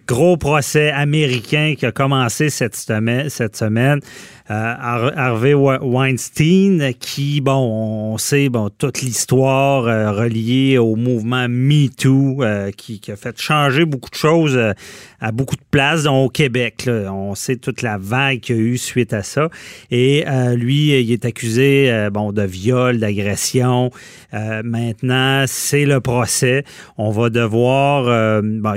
Gros procès américain qui a commencé cette semaine. Harvey Weinstein, qui, on sait, toute l'histoire reliée au mouvement MeToo, qui a fait changer beaucoup de choses à beaucoup de places, dont au Québec. Là, on sait toute la vague qu'il y a eu suite à ça. Et lui, il est accusé de viol, d'agression. Maintenant, c'est le procès. On va devoir...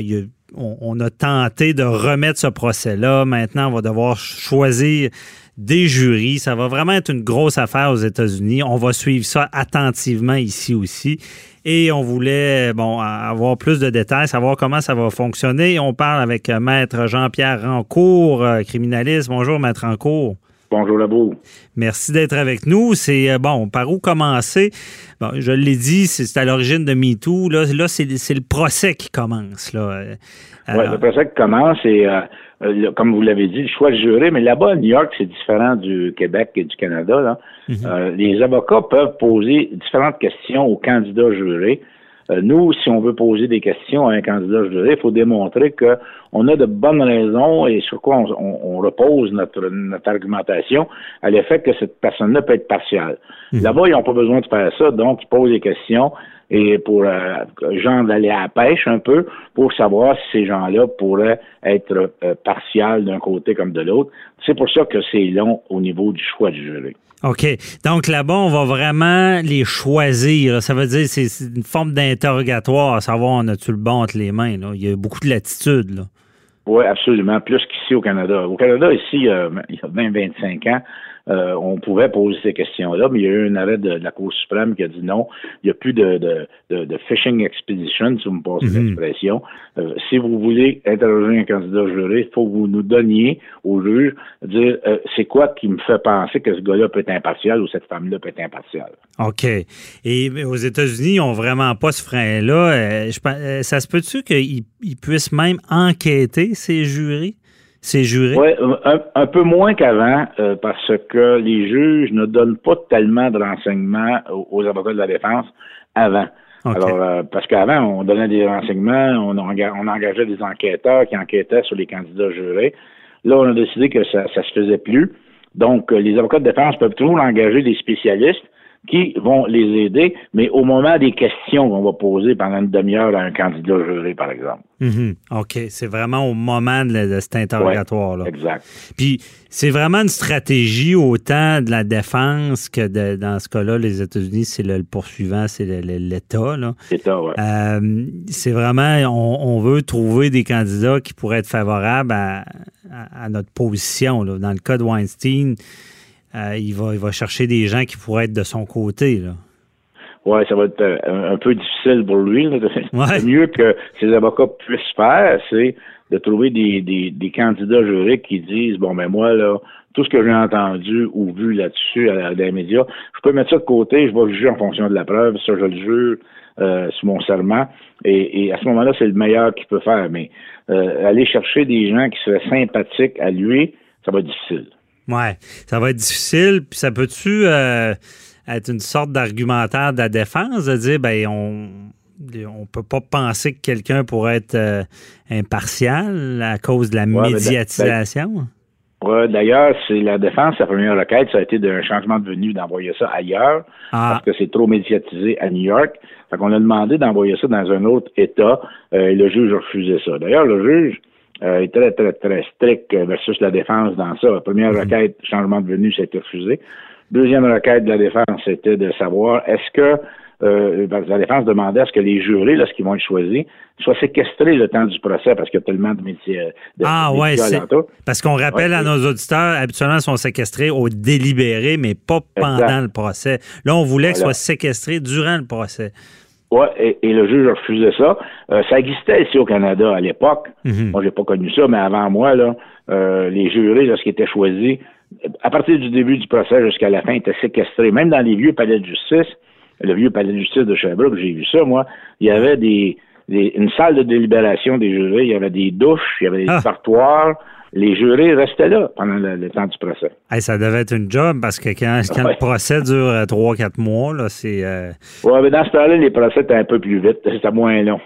On a tenté de remettre ce procès-là. Maintenant, on va devoir choisir des jurys. Ça va vraiment être une grosse affaire aux États-Unis. On va suivre ça attentivement ici aussi. Et on voulait avoir plus de détails, savoir comment ça va fonctionner. On parle avec Maître Jean-Pierre Rancourt, criminaliste. Bonjour, Maître Rancourt. Bonjour, Labo. Merci d'être avec nous. C'est par où commencer? Bon, je l'ai dit, c'est à l'origine de MeToo. Là c'est le procès qui commence. Le procès qui commence et, comme vous l'avez dit, le choix de jury. Mais là-bas, à New York, c'est différent du Québec et du Canada. Là. Mm-hmm. Les avocats peuvent poser différentes questions aux candidats jurés. Nous, si on veut poser des questions à un candidat juré, il faut démontrer qu'on a de bonnes raisons et sur quoi on repose notre argumentation à l'effet que cette personne-là peut être partiale. Mmh. Là-bas, ils n'ont pas besoin de faire ça, donc ils posent des questions et pour genre d'aller à la pêche un peu pour savoir si ces gens-là pourraient être partials d'un côté comme de l'autre. C'est pour ça que c'est long au niveau du choix du jury. OK. Donc là-bas, on va vraiment les choisir. Ça veut dire c'est une forme d'interrogatoire, à savoir on a-tu le bon entre les mains. Là? Il y a beaucoup de latitude. Oui, absolument. Plus qu'ici au Canada. Au Canada, ici, il y a 20-25 ans, on pouvait poser ces questions-là, mais il y a eu un arrêt de la Cour suprême qui a dit non, il n'y a plus de fishing expedition, si vous me passez l'expression. Si vous voulez interroger un candidat juré, il faut que vous nous donniez au juge, dire c'est quoi qui me fait penser que ce gars-là peut être impartial ou cette femme-là peut être impartiale. OK. Et aux États-Unis, ils n'ont vraiment pas ce frein-là. Ça se peut-tu qu'ils puissent même enquêter ces jurés? Oui, un peu moins qu'avant, parce que les juges ne donnent pas tellement de renseignements aux avocats de la défense avant. Okay. Alors, parce qu'avant, on donnait des renseignements, on engageait des enquêteurs qui enquêtaient sur les candidats jurés. Là, on a décidé que ça se faisait plus. Donc, les avocats de défense peuvent toujours engager des spécialistes qui vont les aider, mais au moment des questions qu'on va poser pendant une demi-heure à un candidat juré, par exemple. Mm-hmm. OK. C'est vraiment au moment de cet interrogatoire-là. Ouais, exact. Puis, c'est vraiment une stratégie autant de la défense que dans ce cas-là, les États-Unis, c'est le poursuivant, c'est l'État. Là. L'État, oui. C'est vraiment, on veut trouver des candidats qui pourraient être favorables à notre position. Là. Dans le cas de Weinstein, il va chercher des gens qui pourraient être de son côté. Oui, ça va être un peu difficile pour lui. Là. Ouais. Le mieux que ses avocats puissent faire, c'est de trouver des candidats jurés qui disent moi, là, tout ce que j'ai entendu ou vu là-dessus dans les médias, je peux mettre ça de côté, je vais juger en fonction de la preuve, ça je le jure sous mon serment. Et à ce moment-là, c'est le meilleur qu'il peut faire. Mais aller chercher des gens qui seraient sympathiques à lui, ça va être difficile. Ouais, ça va être difficile. Puis ça peut-tu être une sorte d'argumentaire de la défense, de dire, on peut pas penser que quelqu'un pourrait être impartial à cause de la médiatisation? Oui, d'ailleurs, c'est la défense, sa première requête, ça a été d'un changement de venue, d'envoyer ça ailleurs, parce que c'est trop médiatisé à New York. Fait qu'on a demandé d'envoyer ça dans un autre État, et le juge a refusé ça. D'ailleurs, le juge est très, très, très strict versus la défense dans ça. La première requête, changement de venue, ça a été refusé. Deuxième requête de la défense, c'était de savoir est-ce que la défense demandait à ce que les jurés, lorsqu'ils vont être choisis, soient séquestrés le temps du procès parce qu'il y a tellement de métiers. Parce qu'on rappelle à nos auditeurs, habituellement, ils sont séquestrés au délibéré, mais pas pendant le procès. Là, on voulait qu'ils soient séquestrés durant le procès. Oui, et le juge a refusé ça. Ça existait ici au Canada à l'époque. Mm-hmm. Moi, j'ai pas connu ça, mais avant moi, là, les jurés, lorsqu'ils étaient choisis, à partir du début du procès jusqu'à la fin, étaient séquestrés. Même dans les vieux palais de justice, le vieux palais de justice de Sherbrooke, j'ai vu ça, moi, il y avait des une salle de délibération des jurés, il y avait des douches, il y avait des dortoirs. Les jurés restaient là pendant le temps du procès. Hey, ça devait être une job parce que quand le procès dure 3-4 mois, là, c'est... Oui, mais dans ce temps-là, les procès étaient un peu plus vite. C'était moins long.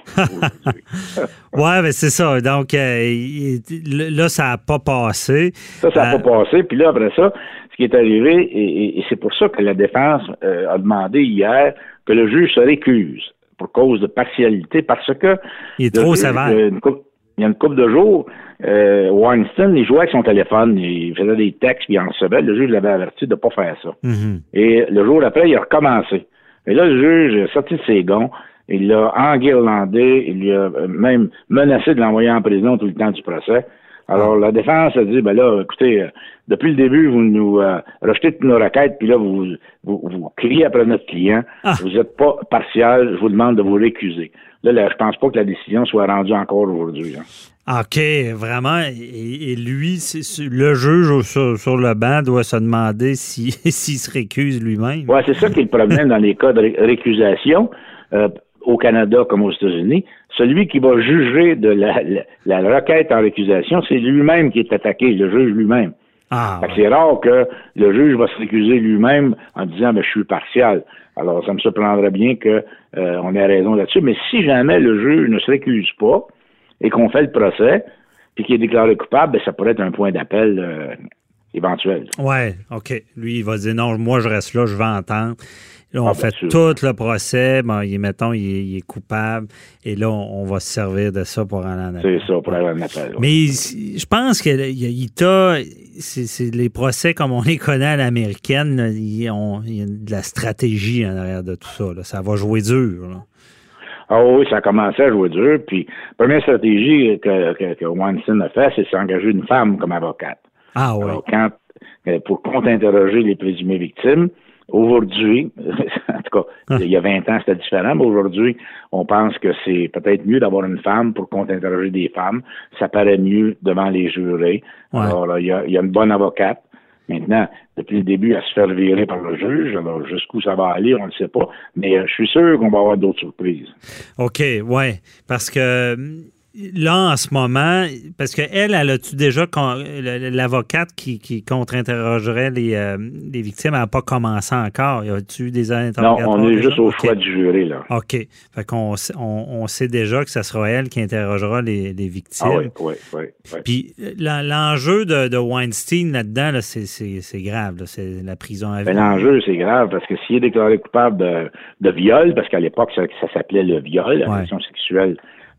Oui, mais c'est ça. Donc, là, ça n'a pas passé. Ça n'a pas passé. Puis là, après ça, ce qui est arrivé, et c'est pour ça que la défense a demandé hier que le juge se récuse pour cause de partialité, parce que... Il est trop sévère. Il y a une couple de jours, Weinstein, il jouait avec son téléphone, il faisait des textes, puis il en recevait. Le juge l'avait averti de ne pas faire ça. Mm-hmm. Et le jour après, il a recommencé. Et là, le juge a sorti de ses gonds, il l'a enguirlandé, il lui a même menacé de l'envoyer en prison tout le temps du procès. Alors, la défense a dit, ben là, écoutez, depuis le début, vous nous rejetez toutes nos requêtes, puis là, vous criez après notre client. Vous n'êtes pas partial, je vous demande de vous récuser. Là, je pense pas que la décision soit rendue encore aujourd'hui. Hein. OK, vraiment. Et lui, le juge sur le banc doit se demander s'il se récuse lui-même. Oui, c'est ça qui est le problème dans les cas de récusation, au Canada comme aux États-Unis. Celui qui va juger de la requête en récusation, c'est lui-même qui est attaqué, le juge lui-même. C'est rare que le juge va se récuser lui-même en disant je suis partial. Alors, ça me surprendrait bien qu'on ait raison là-dessus. Mais si jamais le juge ne se récuse pas et qu'on fait le procès, puis qu'il est déclaré coupable, ça pourrait être un point d'appel éventuel. Oui, OK. Lui, il va dire non, moi, je reste là, je vais entendre. Là, on fait tout le procès. Bon, mettons, il est coupable. Et là, on va se servir de ça pour aller en appel. C'est ça, pour aller en appel. Mais je pense que c'est les procès comme on les connaît à l'américaine. Là, il y a de la stratégie en arrière de tout ça. Là. Ça va jouer dur. Là. Ah oui, ça a commencé à jouer dur. Puis, la première stratégie que Weinstein a fait, c'est s'engager une femme comme avocate. Ah oui. Alors, pour contre-interroger les présumées victimes, aujourd'hui, en tout cas, il y a 20 ans, c'était différent, mais aujourd'hui, on pense que c'est peut-être mieux d'avoir une femme pour contre-interroger des femmes. Ça paraît mieux devant les jurés. Ouais. Alors, là, il y a une bonne avocate. Maintenant, depuis le début, à se faire virer par le juge. Alors, jusqu'où ça va aller, on ne le sait pas. Mais je suis sûr qu'on va avoir d'autres surprises. OK, oui. Parce que là, en ce moment, parce qu'elle a-tu déjà, l'avocate qui contre-interrogerait les victimes, elle n'a pas commencé encore. Y a-tu eu des interrogatoires? Non, on est juste au choix du jury, là. OK. Fait qu'on on sait déjà que ce sera elle qui interrogera les victimes. Ah oui. Puis l'enjeu de Weinstein là-dedans, là, c'est grave. Là, c'est la prison à vie. L'enjeu, c'est grave parce que s'il est déclaré coupable de viol, parce qu'à l'époque, ça s'appelait le viol, l'agression sexuelle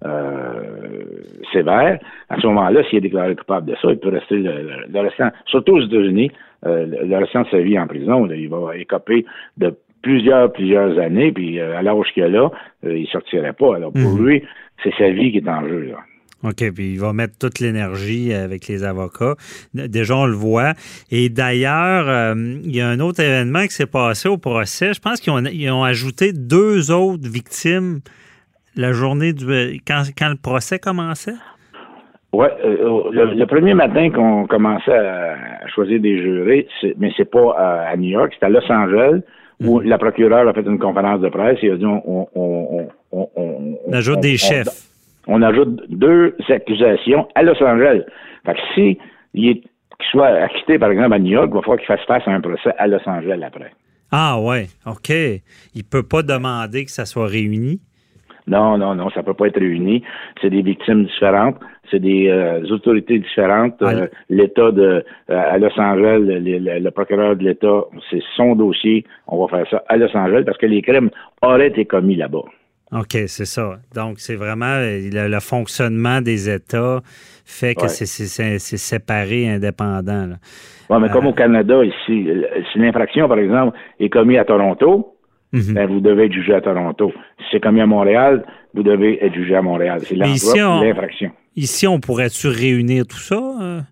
sévère, à ce moment-là, s'il est déclaré coupable de ça, il peut rester le restant, surtout aux États-Unis, le restant de sa vie en prison. Là, il va écoper de plusieurs années, puis à l'âge qu'il a là, il sortirait pas. Alors pour lui, c'est sa vie qui est en jeu. Là. OK, puis il va mettre toute l'énergie avec les avocats. Déjà, on le voit. Et d'ailleurs, il y a un autre événement qui s'est passé au procès. Je pense qu'ils ont ajouté 2 autres victimes la journée quand le procès commençait? Oui. Le premier matin qu'on commençait à choisir des jurés, mais c'est pas à New York, c'est à Los Angeles, où la procureure a fait une conférence de presse et a dit on ajoute des chefs. On ajoute 2 accusations à Los Angeles. Fait que qu'il soit acquitté, par exemple, à New York, il va falloir qu'il fasse face à un procès à Los Angeles après. Ah ouais, OK. Il peut pas demander que ça soit réuni? Non, ça peut pas être réuni. C'est des victimes différentes, c'est des autorités différentes. L'État à Los Angeles, le procureur de l'État, c'est son dossier. On va faire ça à Los Angeles parce que les crimes auraient été commis là-bas. OK, c'est ça. Donc, c'est vraiment le fonctionnement des États fait que c'est séparé, indépendant. Oui, mais comme au Canada, ici, si l'infraction, par exemple, est commise à Toronto, ben, vous devez être jugé à Toronto. Si c'est commis à Montréal, vous devez être jugé à Montréal. C'est l'endroit de l'infraction. Ici, on pourrait-tu réunir tout ça? Ben,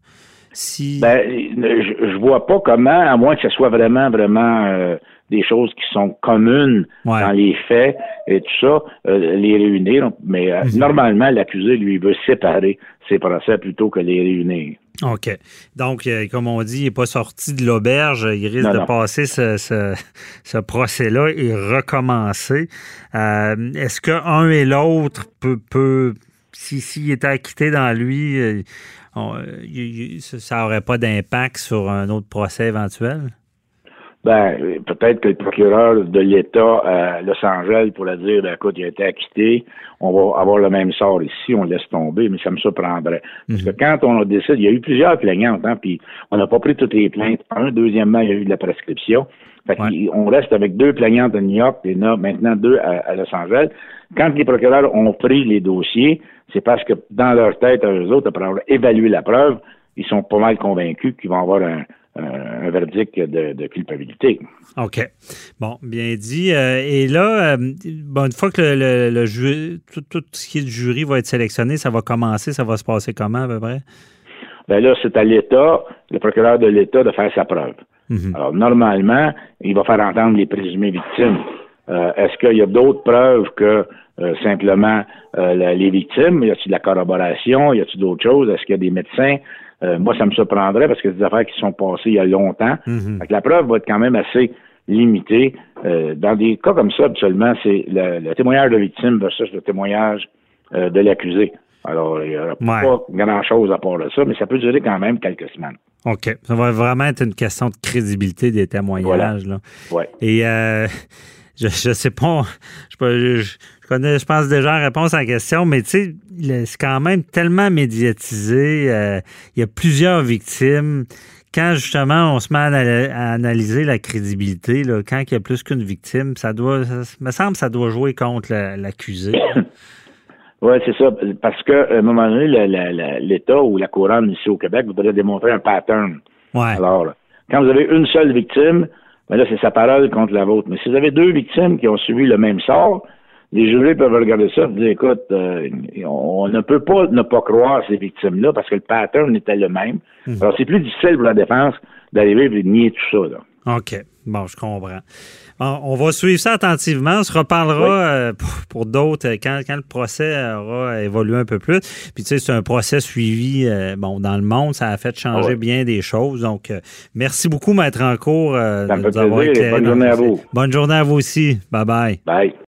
je vois pas comment, à moins que ce soit vraiment des choses qui sont communes dans les faits et tout ça, les réunir. Mais normalement, l'accusé, lui, veut séparer ses procès plutôt que les réunir. OK. Donc, comme on dit, il n'est pas sorti de l'auberge. Il risque de passer ce procès-là et recommencer. Est-ce qu'un et l'autre peut s'il était acquitté dans lui, ça n'aurait pas d'impact sur un autre procès éventuel? Ben, peut-être que le procureur de l'État à Los Angeles pourrait dire, écoute, il a été acquitté, on va avoir le même sort ici, on laisse tomber, mais ça me surprendrait. Parce que quand on a décidé, il y a eu plusieurs plaignantes, puis on n'a pas pris toutes les plaintes. Deuxièmement, il y a eu de la prescription. Fait qu'on reste avec 2 plaignantes à New York et maintenant 2 à Los Angeles. Quand les procureurs ont pris les dossiers, c'est parce que dans leur tête, à eux autres, après avoir évalué la preuve, ils sont pas mal convaincus qu'ils vont avoir un verdict de culpabilité. OK. Bon, bien dit. Et là, une fois que le jury, tout ce qui est du jury va être sélectionné, ça va commencer, ça va se passer comment à peu près? Ben là, c'est à l'État, le procureur de l'État, de faire sa preuve. Mm-hmm. Alors, normalement, il va faire entendre les présumées victimes. Est-ce qu'il y a d'autres preuves que simplement les victimes? Y a-t-il de la corroboration? Y a-t-il d'autres choses? Est-ce qu'il y a des médecins? Moi, ça me surprendrait parce que c'est des affaires qui sont passées il y a longtemps. Mm-hmm. Fait que la preuve va être quand même assez limitée. Dans des cas comme ça, habituellement, c'est le témoignage de victime versus le témoignage de l'accusé. Alors, il n'y aura pas grand-chose à part de ça, mais ça peut durer quand même quelques semaines. OK. Ça va vraiment être une question de crédibilité des témoignages. Voilà. Oui. Et je sais pas, je pense déjà la réponse à la question, mais tu sais, c'est quand même tellement médiatisé. Il y a plusieurs victimes. Quand justement on se met à analyser la crédibilité, là, quand il y a plus qu'une victime, me semble que ça doit jouer contre l'accusé. Oui, c'est ça. Parce qu'à un moment donné, l'État ou la couronne ici au Québec voudrait démontrer un pattern. Ouais. Alors, quand vous avez une seule victime, ben là, c'est sa parole contre la vôtre. Mais si vous avez 2 victimes qui ont subi le même sort, les jurés peuvent regarder ça et dire, écoute, on ne peut pas ne pas croire ces victimes-là parce que le pattern était le même. Mm-hmm. Alors, c'est plus difficile pour la défense d'arriver et de nier tout ça, là. OK. Bon, je comprends. Bon, on va suivre ça attentivement. On se reparlera pour d'autres quand le procès aura évolué un peu plus. Puis, tu sais, c'est un procès suivi dans le monde. Ça a fait changer bien des choses. Donc, merci beaucoup, Maître Rancourt, de nous avoir éclairé. Bonne journée à vous. Bonne journée à vous aussi. Bye-bye. Bye.